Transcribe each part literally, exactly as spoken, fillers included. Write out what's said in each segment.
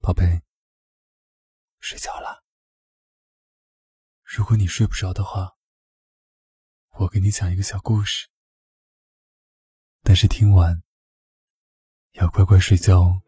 宝贝，睡觉了。如果你睡不着的话，我给你讲一个小故事，但是听完要乖乖睡觉哦。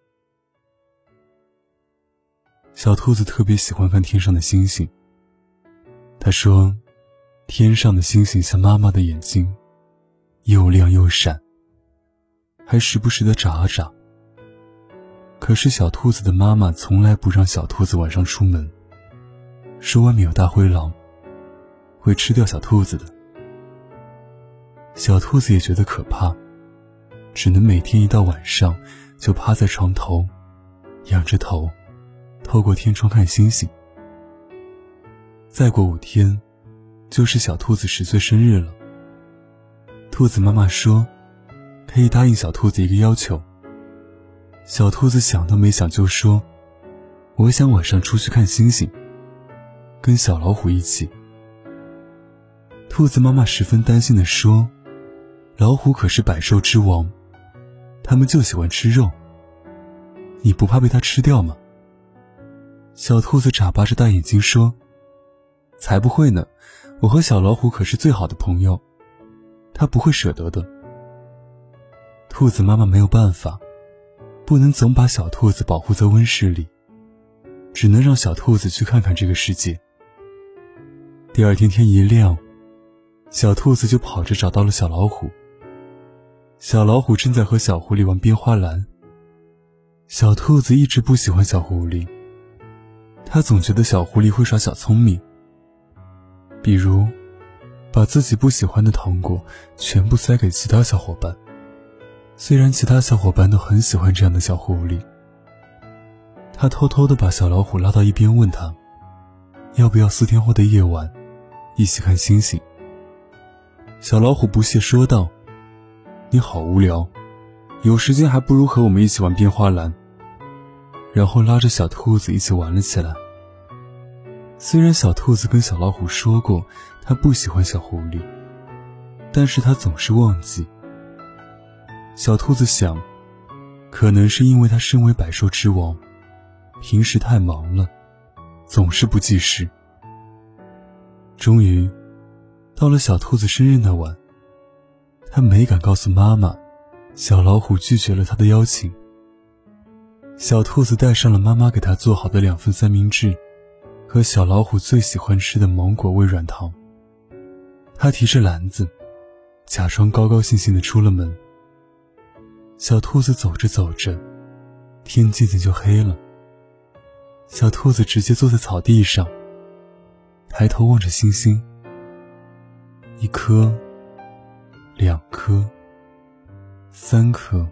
小兔子特别喜欢看天上的星星，他说，天上的星星像妈妈的眼睛，又亮又闪，还时不时地眨啊眨。可是小兔子的妈妈从来不让小兔子晚上出门，说外面有大灰狼，会吃掉小兔子的。小兔子也觉得可怕，只能每天一到晚上就趴在床头，仰着头，透过天窗看星星。再过五天，就是小兔子十岁生日了。兔子妈妈说，可以答应小兔子一个要求。小兔子想都没想就说，我想晚上出去看星星，跟小老虎一起。兔子妈妈十分担心地说，老虎可是百兽之王，它们就喜欢吃肉，你不怕被它吃掉吗？小兔子眨巴着大眼睛说，才不会呢，我和小老虎可是最好的朋友，它不会舍得的。兔子妈妈没有办法，不能总把小兔子保护在温室里，只能让小兔子去看看这个世界。第二天天一亮，小兔子就跑着找到了小老虎。小老虎正在和小狐狸玩编花篮。小兔子一直不喜欢小狐狸，他总觉得小狐狸会耍小聪明，比如把自己不喜欢的糖果全部塞给其他小伙伴。虽然其他小伙伴都很喜欢这样的小狐狸，他偷偷地把小老虎拉到一边，问他要不要四天后的夜晚一起看星星。小老虎不屑说道，你好无聊，有时间还不如和我们一起玩编花篮。然后拉着小兔子一起玩了起来。虽然小兔子跟小老虎说过他不喜欢小狐狸，但是他总是忘记。小兔子想，可能是因为他身为百兽之王，平时太忙了，总是不记事。终于到了小兔子生日那晚，他没敢告诉妈妈，小老虎拒绝了他的邀请。小兔子带上了妈妈给他做好的两份三明治和小老虎最喜欢吃的芒果味软糖。他提着篮子，假装高高兴兴地出了门。小兔子走着走着，天渐渐就黑了。小兔子直接坐在草地上，抬头望着星星，一颗，两颗，三颗。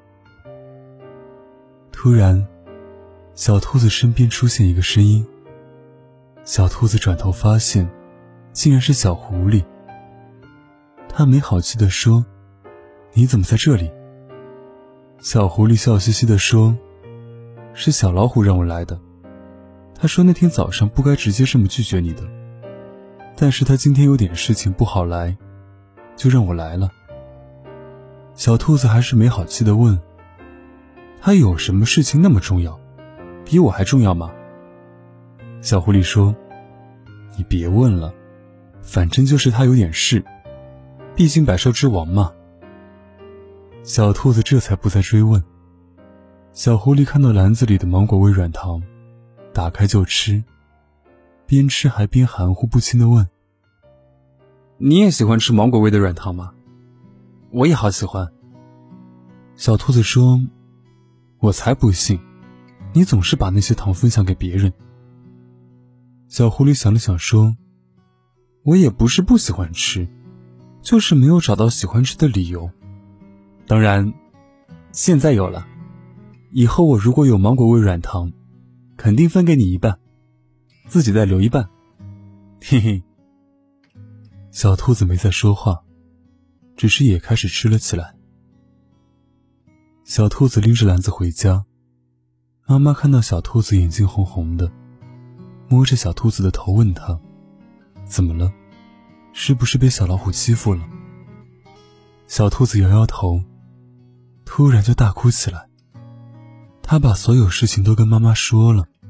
突然，小兔子身边出现一个声音。小兔子转头发现，竟然是小狐狸。他没好气地说，你怎么在这里？小狐狸笑嘻嘻地说，是小老虎让我来的，他说那天早上不该直接这么拒绝你的，但是他今天有点事情不好来，就让我来了。小兔子还是没好气地问，他有什么事情那么重要，比我还重要吗？小狐狸说，你别问了，反正就是他有点事，毕竟百兽之王嘛。小兔子这才不再追问。小狐狸看到篮子里的芒果味软糖，打开就吃，边吃还边含糊不清地问，你也喜欢吃芒果味的软糖吗？我也好喜欢。小兔子说，我才不信，你总是把那些糖分享给别人。小狐狸想了想说，我也不是不喜欢吃，就是没有找到喜欢吃的理由。当然，现在有了，以后我如果有芒果味软糖，肯定分给你一半，自己再留一半。嘿嘿。小兔子没再说话，只是也开始吃了起来。小兔子拎着篮子回家，妈妈看到小兔子眼睛红红的，摸着小兔子的头问他，怎么了？是不是被小老虎欺负了？小兔子摇摇头，突然就大哭起来。他把所有事情都跟妈妈说了，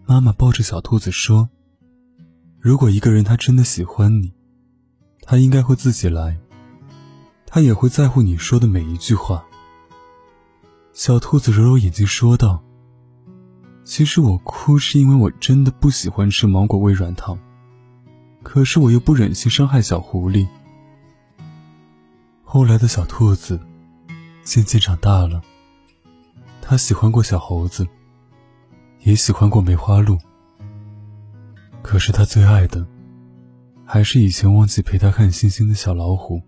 妈妈抱着小兔子说，如果一个人他真的喜欢你，他应该会自己来，他也会在乎你说的每一句话。小兔子揉揉眼睛说道，其实我哭是因为我真的不喜欢吃芒果味软糖，可是我又不忍心伤害小狐狸。后来的小兔子渐渐长大了，他喜欢过小猴子，也喜欢过梅花鹿，可是他最爱的还是以前忘记陪他看星星的小老虎。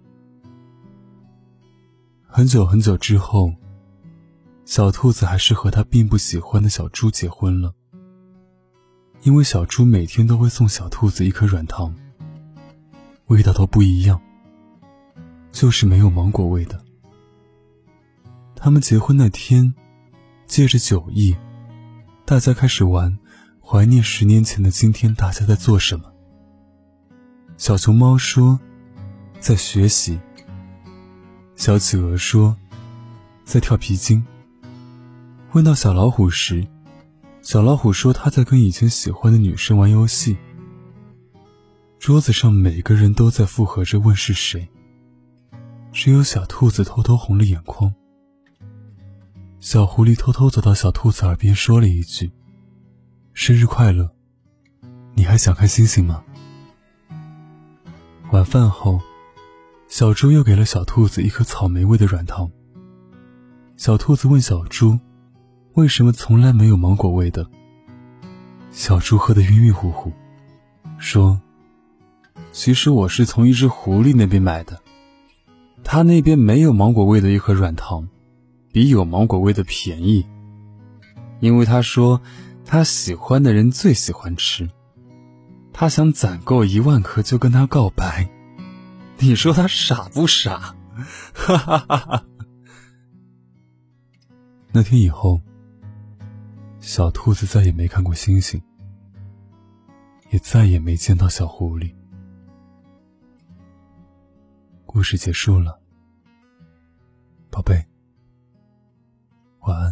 很久很久之后，小兔子还是和他并不喜欢的小猪结婚了，因为小猪每天都会送小兔子一颗软糖，味道都不一样，就是没有芒果味的。他们结婚那天，借着酒意，大家开始玩怀念十年前的今天大家在做什么。小熊猫说在学习，小企鹅说在跳皮筋。问到小老虎时，小老虎说他在跟以前喜欢的女生玩游戏。桌子上每个人都在附和着问是谁，只有小兔子偷偷红了眼眶。小狐狸偷偷走到小兔子耳边说了一句，生日快乐，你还想看星星吗？晚饭后，小猪又给了小兔子一颗草莓味的软糖。小兔子问小猪，为什么从来没有芒果味的？小猪喝得晕晕乎乎，说，其实我是从一只狐狸那边买的，他那边没有芒果味的一盒软糖，比有芒果味的便宜，因为他说他喜欢的人最喜欢吃，他想攒够一万颗就跟他告白。你说他傻不傻？哈哈哈哈。那天以后，小兔子再也没看过星星，也再也没见到小狐狸。故事结束了，宝贝，晚安。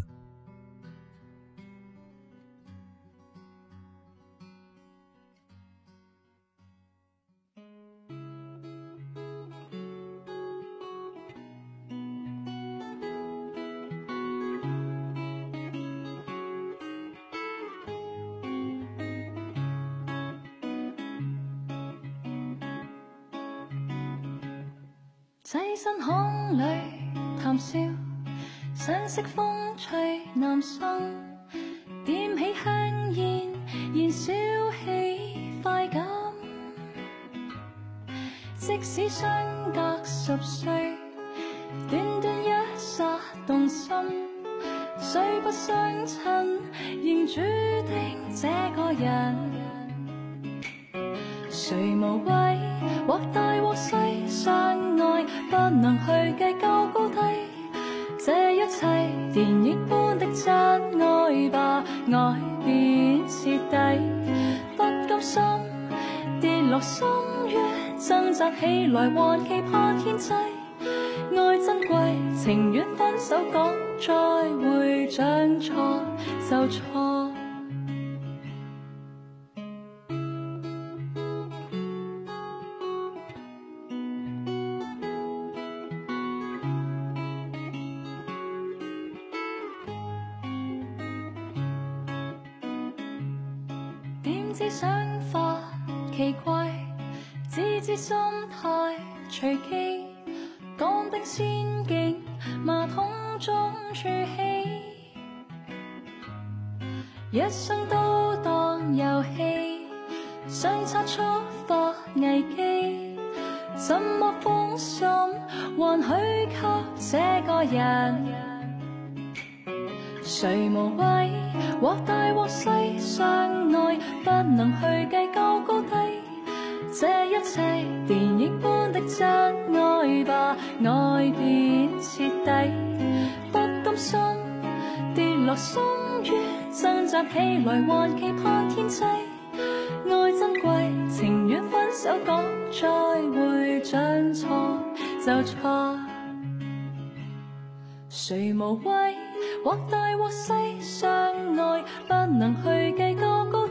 擠身巷裏談笑，新式風吹男生，點起香煙，燃燒起快感。即使相隔十歲，短短一剎動心，雖不相襯，仍注定這個人。誰無謂或大或細相愛，不能去計較高低，這一切電影般的真愛吧，愛便徹底，不甘心跌落深淵，掙扎起來還期盼天際，愛珍貴情願分手講再會，將錯就錯。點知想法奇怪，只知心態隨機，鋼的仙境馬桶中儲氣，一生都當遊戲，想擦觸發危機，怎麼放心還許給這個人？誰無謂或大或細相愛，不能去計較高低，這一切電影般的真愛吧，愛便徹底，不甘心跌落深淵，掙扎起來還期盼天際，愛珍貴情願分手講再會，將錯就錯。誰無謂或大或細相愛，不能去計較高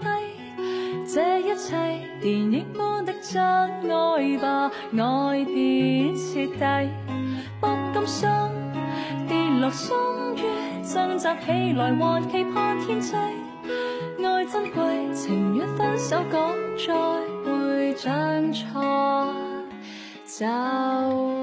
電影般的真愛吧，愛便徹底，不甘心跌落深淵，掙扎起來還期盼天際，愛珍貴，情願分手講再會，將錯就